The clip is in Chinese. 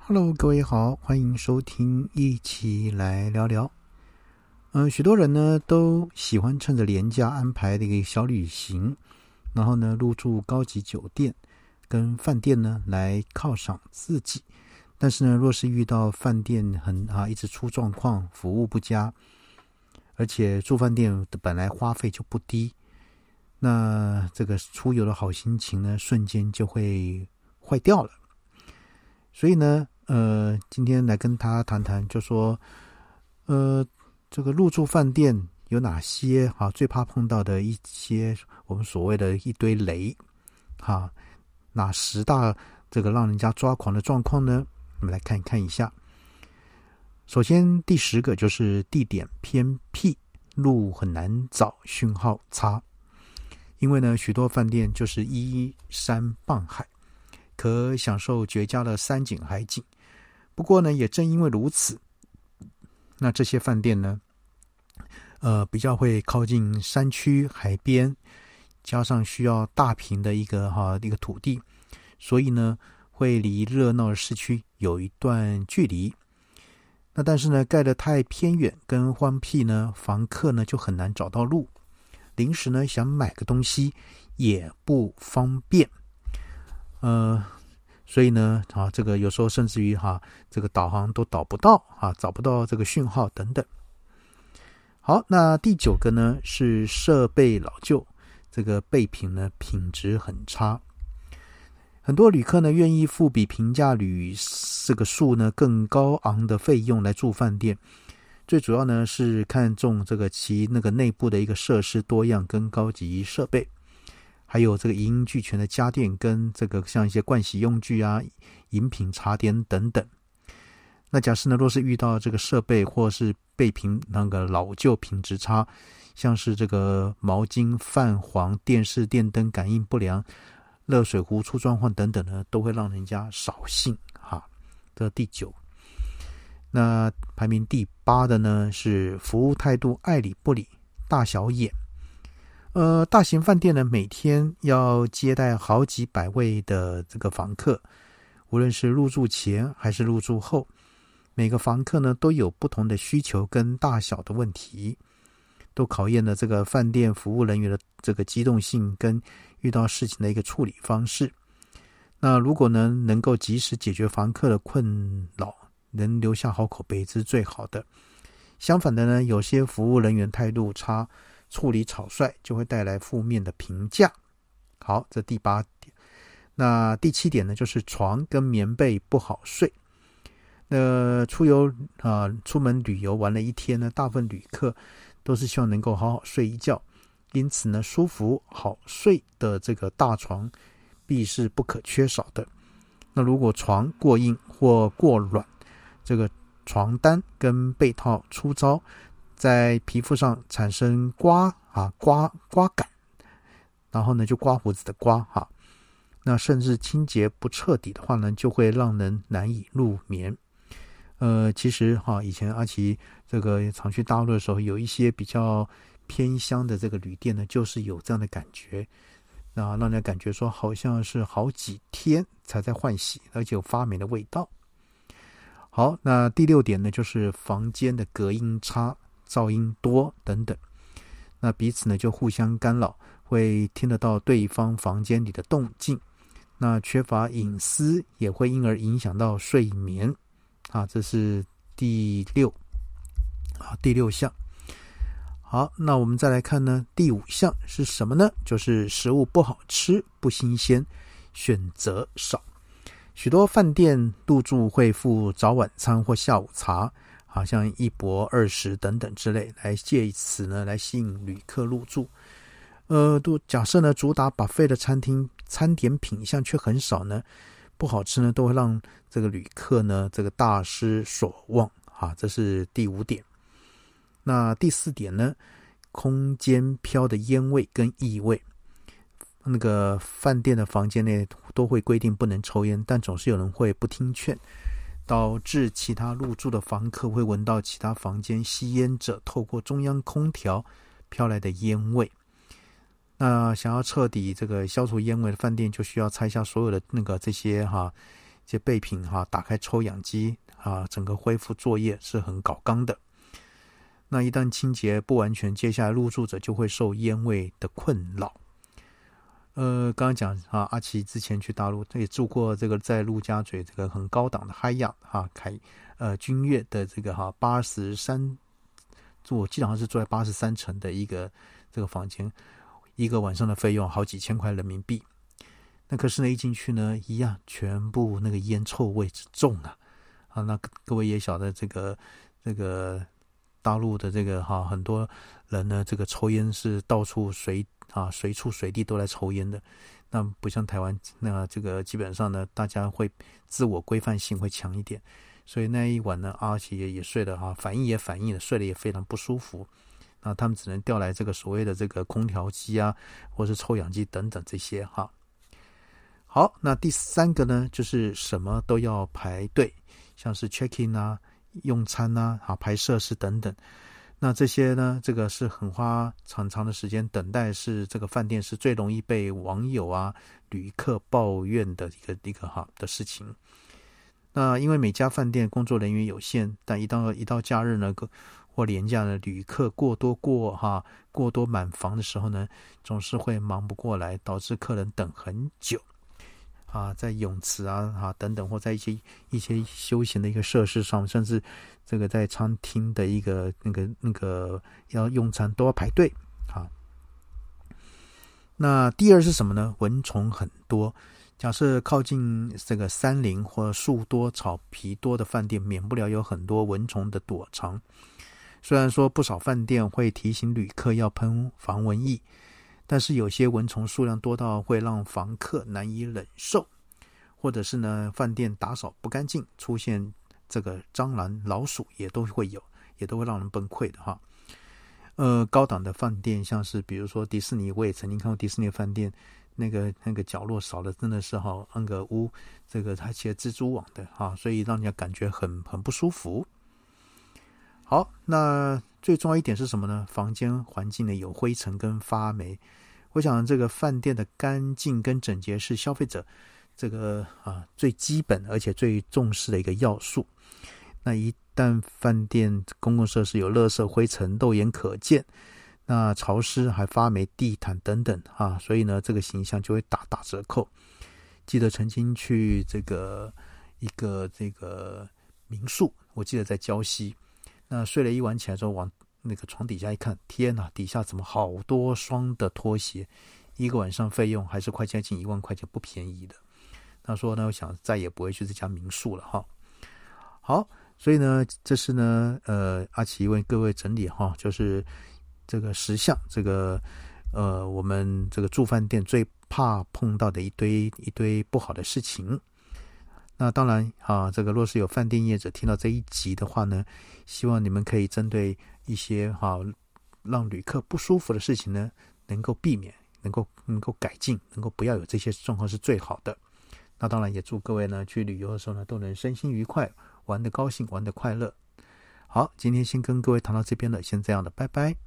Hello，各位好，欢迎收听一起来聊聊。许多人呢都喜欢趁着连假安排的一个小旅行，然后呢入住高级酒店跟饭店呢来犒赏自己。但是呢，若是遇到饭店一直出状况，服务不佳，而且住饭店的本来花费就不低，那这个出游的好心情呢瞬间就会坏掉了。所以呢今天来跟他谈谈，就说这个入住饭店有哪些最怕碰到的一些我们所谓的一堆雷哪10大这个让人家抓狂的状况呢？我们来看一下。首先第10个就是地点偏僻，路很难找，讯号差。因为呢许多饭店就是依山傍海，可享受绝佳的山景海景。不过呢也正因为如此，那这些饭店呢比较会靠近山区海边，加上需要大坪的一个土地，所以呢会离热闹的市区有一段距离。那但是呢盖得太偏远跟荒僻呢，房客呢就很难找到路，临时呢想买个东西也不方便。所以呢这个有时候甚至于这个导航都导不到找不到这个讯号等等。好，那第9个呢是设备老旧，这个备品呢品质很差。很多旅客呢愿意付比平价旅这个数呢更高昂的费用来住饭店，最主要呢是看重这个其那个内部的一个设施多样跟高级设备，还有这个一应俱全的家电跟这个像一些盥洗用具饮品茶点等等。那假设呢若是遇到这个设备或是备品那个老旧品质差，像是这个毛巾泛黄、电视电灯感应不良、热水壶出状况等等呢，都会让人家扫兴这第9。那排名第8的呢是服务态度爱理不理、大小眼。大型饭店呢每天要接待好几百位的这个房客，无论是入住前还是入住后，每个房客呢都有不同的需求跟大小的问题，都考验了这个饭店服务人员的这个机动性跟遇到事情的一个处理方式。那如果呢能够及时解决房客的困扰，能留下好口碑是最好的。相反的呢，有些服务人员态度差，处理草率，就会带来负面的评价。好，这第8点。那第7点呢就是床跟棉被不好睡。那出门旅游玩了一天呢，大部分旅客都是希望能够好好睡一觉，因此呢舒服好睡的这个大床必是不可缺少的。那如果床过硬或过软，这个床单跟被套粗糙，在皮肤上产生刮感，然后呢就刮胡子的刮那甚至清洁不彻底的话呢，就会让人难以入眠。其实以前阿奇这个常去大陆的时候，有一些比较偏乡的这个旅店呢，就是有这样的感觉，那让人感觉说好像是好几天才在换洗，而且有发霉的味道。好，那第6点呢就是房间的隔音差、噪音多等等，那彼此呢就互相干扰，会听得到对方房间里的动静，那缺乏隐私也会因而影响到睡眠这是第6项。好，那我们再来看呢第5项是什么呢？就是食物不好吃、不新鲜，选择少。许多饭店入住会附早晚餐或下午茶，好像1博2食等等之类，来借此呢来吸引旅客入住。假设呢主打 buffet 的餐厅餐点品项却很少呢，不好吃呢都会让这个旅客呢这个大失所望这是第5点。那第4点呢，空间飘的烟味跟异味。那个饭店的房间内都会规定不能抽烟，但总是有人会不听劝，导致其他入住的房客会闻到其他房间吸烟者透过中央空调飘来的烟味。那想要彻底这个消除烟味的饭店，就需要拆下所有的这些这备品打开抽氧机整个恢复作业是很搞纲的。那一旦清洁不完全，接下来入住者就会受烟味的困扰。刚刚讲阿奇之前去大陆也住过这个在陆家嘴这个很高档的嗨雅君悦的这个83，我记得好像是住在83层的一个这个房间，一个晚上的费用好几千块人民币。那可是呢，一进去呢，一样全部那个烟臭味之重那各位也晓得这个大陆的这个很多人呢，这个抽烟是到处随处随地都来抽烟的。那不像台湾，那这个基本上呢，大家会自我规范性会强一点，所以那一晚呢，阿奇也睡了反应了，睡得也非常不舒服。那他们只能调来这个所谓的这个空调机或是抽氧机等等这些好，那第3个呢，就是什么都要排队，像是 check in 用餐排设施等等。那这些呢，这个是很花长的时间等待，是这个饭店是最容易被网友旅客抱怨的一个的事情。那因为每家饭店工作人员有限，但一到假日呢或连假呢，旅客过多满房的时候呢，总是会忙不过来，导致客人等很久在泳池等等，或在一些休闲的一个设施上，甚至这个在餐厅的一个那个要用餐都要排队那第2是什么呢？蚊虫很多。假设靠近这个山林或树多草皮多的饭店，免不了有很多蚊虫的躲藏。虽然说不少饭店会提醒旅客要喷防蚊液，但是有些蚊虫数量多到会让房客难以忍受，或者是呢饭店打扫不干净，出现这个蟑螂老鼠也都会让人崩溃的高档的饭店，像是比如说迪士尼，我也曾经看过迪士尼饭店那个角落扫的真的是那个屋这个它贴蜘蛛网的所以让人家感觉很不舒服。好，那最重要一点是什么呢？房间环境呢有灰尘跟发霉。我想这个饭店的干净跟整洁是消费者这个最基本而且最重视的一个要素。那一旦饭店公共设施有垃圾灰尘肉眼可见，那潮湿还发霉地毯等等所以呢这个形象就会大打折扣。记得曾经去一个民宿，我记得在礁溪，那睡了一晚起来之后往那个床底下一看，天哪，底下怎么好多双的拖鞋，一个晚上费用还是快接近1万块钱，不便宜的。他说呢，我想再也不会去这家民宿了好，所以呢这是呢阿奇为各位整理就是这个10项这个我们这个住饭店最怕碰到的一堆不好的事情。那当然这个若是有饭店业者听到这一集的话呢，希望你们可以针对一些让旅客不舒服的事情呢能够避免，能够改进，能够不要有这些状况是最好的。那当然也祝各位呢去旅游的时候呢都能身心愉快，玩得高兴，玩得快乐。好，今天先跟各位谈到这边了，先这样的，拜拜。